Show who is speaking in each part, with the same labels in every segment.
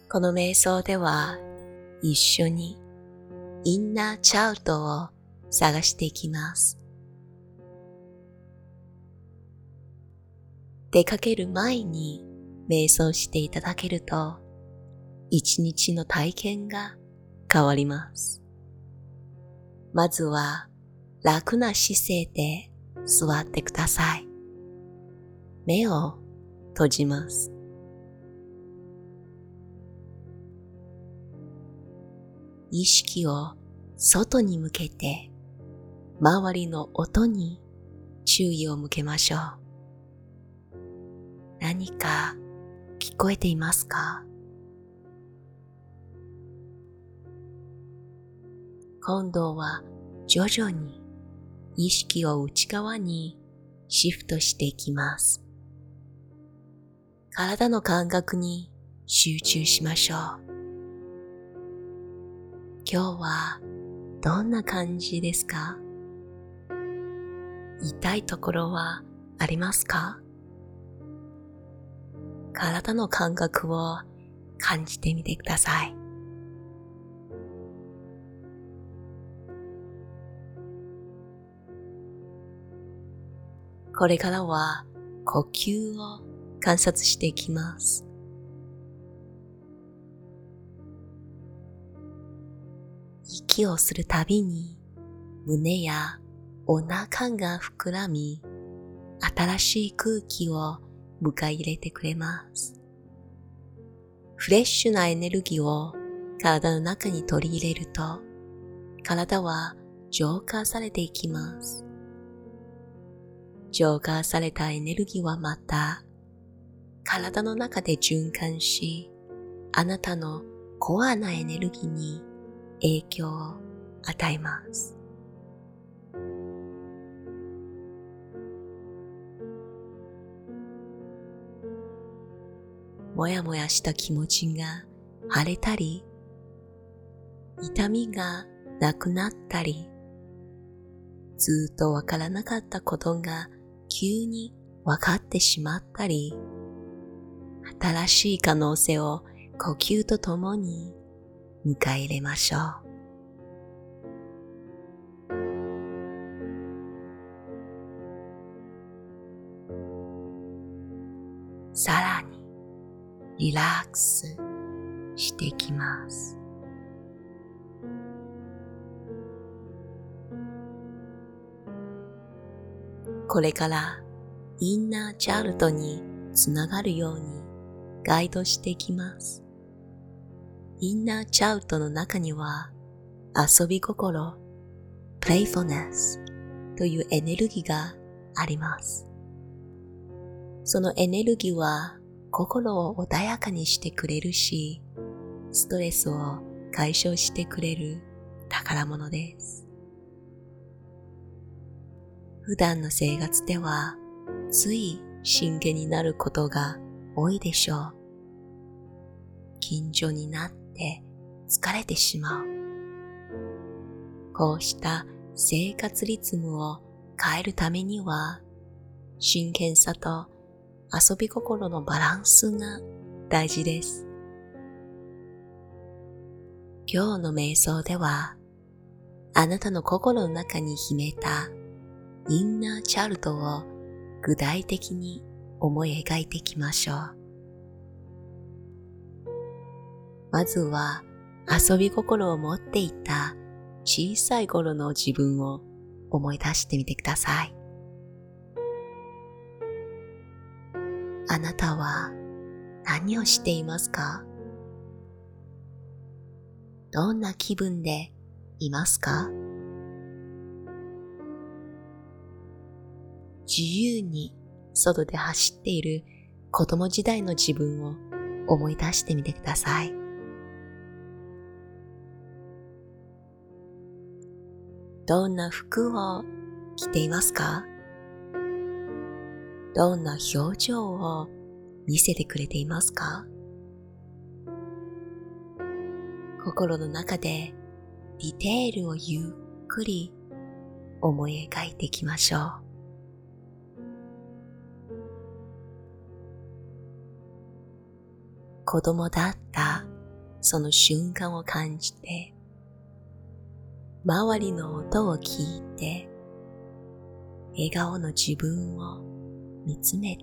Speaker 1: この瞑想では一緒にインナーチャイルドを探していきます。出かける前に瞑想していただけると、一日の体験が変わります。まずは楽な姿勢で座ってください。目を閉じます。意識を外に向けて、周りの音に注意を向けましょう。何か聞こえていますか？今度は徐々に意識を内側にシフトしていきます。体の感覚に集中しましょう。今日はどんな感じですか？痛いところはありますか？体の感覚を感じてみてください。これからは呼吸を観察していきます。息をするたびに胸やお腹が膨らみ、新しい空気を迎え入れてくれます。フレッシュなエネルギーを体の中に取り入れると、体は浄化されていきます。浄化されたエネルギーはまた体の中で循環し、あなたのコアなエネルギーに影響を与えます。もやもやした気持ちが晴れたり、痛みがなくなったり、ずっとわからなかったことが急にわかってしまったり、新しい可能性を呼吸とともに迎え入れましょう。さらにリラックスしていきます。これからインナーチャイルドにつながるようにガイドしていきます。インナーチャイルドの中には遊び心、playfulness というエネルギーがあります。そのエネルギーは心を穏やかにしてくれるし、ストレスを解消してくれる宝物です。普段の生活ではつい真剣になることが多いでしょう。緊張になって疲れてしまう。こうした生活リズムを変えるためには、真剣さと遊び心のバランスが大事です。今日の瞑想では、あなたの心の中に秘めたインナーチャイルドを具体的に思い描いていきましょう。まずは遊び心を持っていた小さい頃の自分を思い出してみてください。あなたは何をしていますか？どんな気分でいますか？自由に外で走っている子供時代の自分を思い出してみてください。どんな服を着ていますか？どんな表情を見せてくれていますか？心の中でディテールをゆっくり思い描いていきましょう。子供だったその瞬間を感じて、周りの音を聞いて、笑顔の自分を見つめて、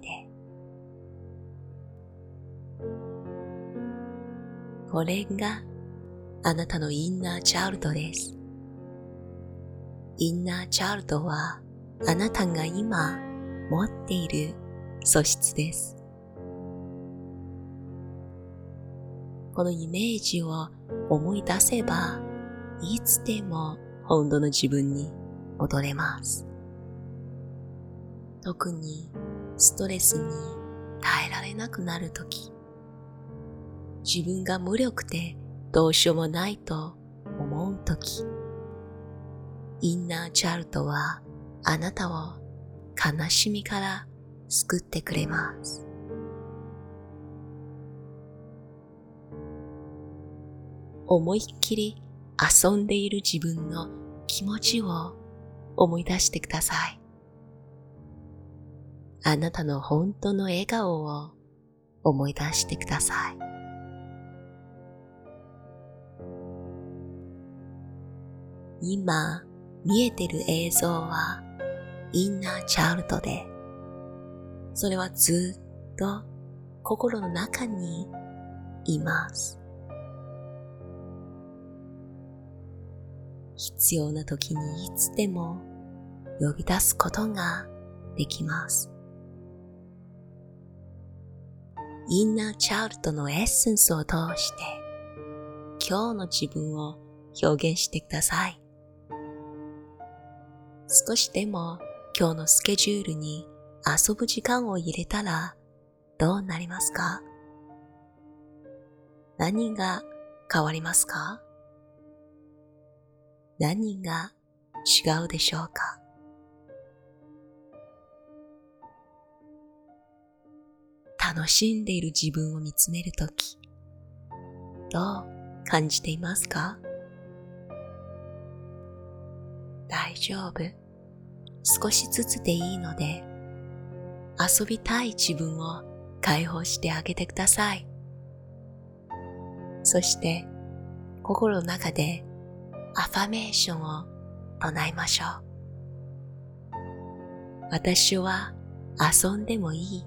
Speaker 1: これがあなたのインナーチャイルドです。インナーチャイルドはあなたが今持っている素質です。このイメージを思い出せば、いつでも本当の自分に戻れます。特にストレスに耐えられなくなるとき、自分が無力でどうしようもないと思うとき、インナーチャイルドはあなたを悲しみから救ってくれます。思いっきり遊んでいる自分の気持ちを思い出してください。あなたの本当の笑顔を思い出してください。今見えてる映像はインナーチャイルドで、それはずっと心の中にいます。必要な時にいつでも呼び出すことができます。インナーチャイルドのエッセンスを通して今日の自分を表現してください。少しでも今日のスケジュールに遊ぶ時間を入れたらどうなりますか？何が変わりますか？何が違うでしょうか？楽しんでいる自分を見つめるとき、どう感じていますか？大丈夫。少しずつでいいので、遊びたい自分を解放してあげてください。そして、心の中でアファメーションを唱えましょう。私は遊んでもいい。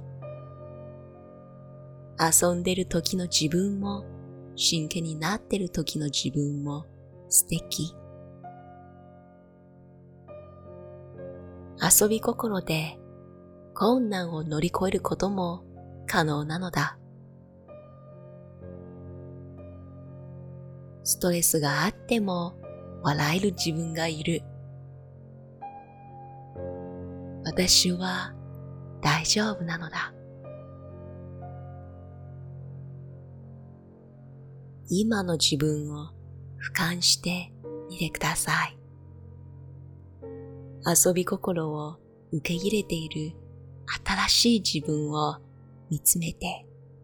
Speaker 1: 遊んでる時の自分も、真剣になってる時の自分も素敵。遊び心で困難を乗り越えることも可能なのだ。ストレスがあっても笑える自分がいる。私は大丈夫なのだ。今の自分を俯瞰してみてください。遊び心を受け入れている新しい自分を見つめて、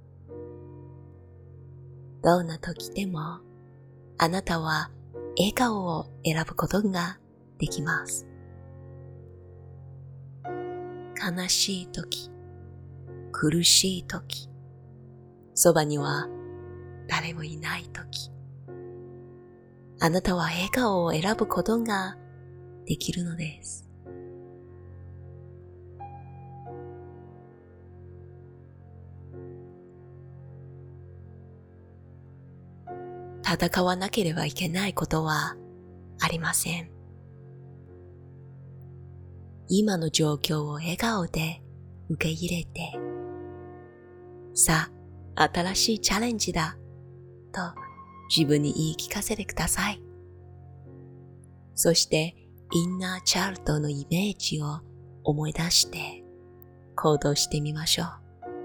Speaker 1: どんな時でもあなたは笑顔を選ぶことができます。悲しい時、苦しい時、そばには誰もいない時、あなたは笑顔を選ぶことができるのです。戦わなければいけないことはありません。今の状況を笑顔で受け入れて、さあ、新しいチャレンジだと自分に言い聞かせてください。そしてインナーチャイルドのイメージを思い出して行動してみましょう。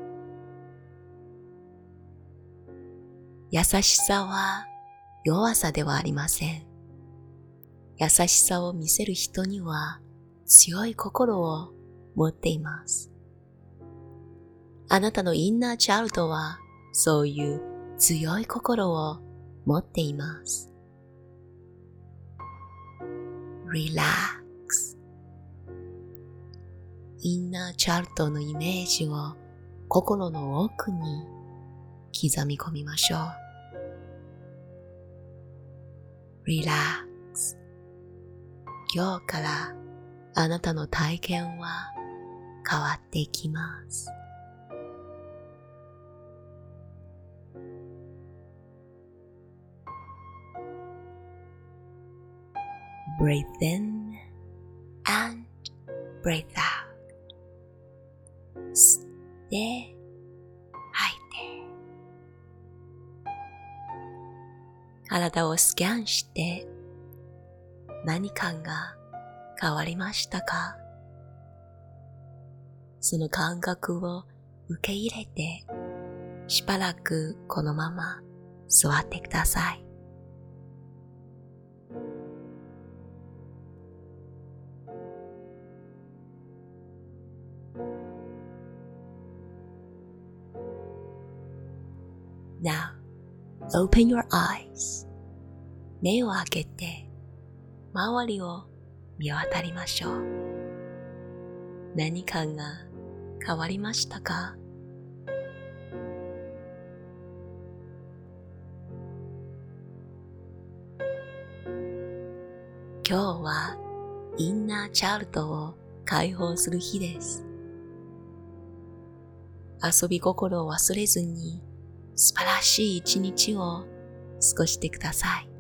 Speaker 1: 優しさは弱さではありません。優しさを見せる人には強い心を持っています。あなたのインナーチャイルドはそういう強い心を持っています。Relax。インナーチャイルドのイメージを心の奥に刻み込みましょう。 relax。今日からあなたの体験は変わっていきます。Breathe in and breathe out。吸って吐いて、体をスキャンして何かが変わりましたか？その感覚を受け入れて、しばらくこのまま座ってください。Now, open your eyes. 目を開けて、周りを見渡りましょう。何かが変わりましたか？今日はインナーチャイルドを解放する日です。遊び心を忘れずに素晴らしい一日を過ごしてください。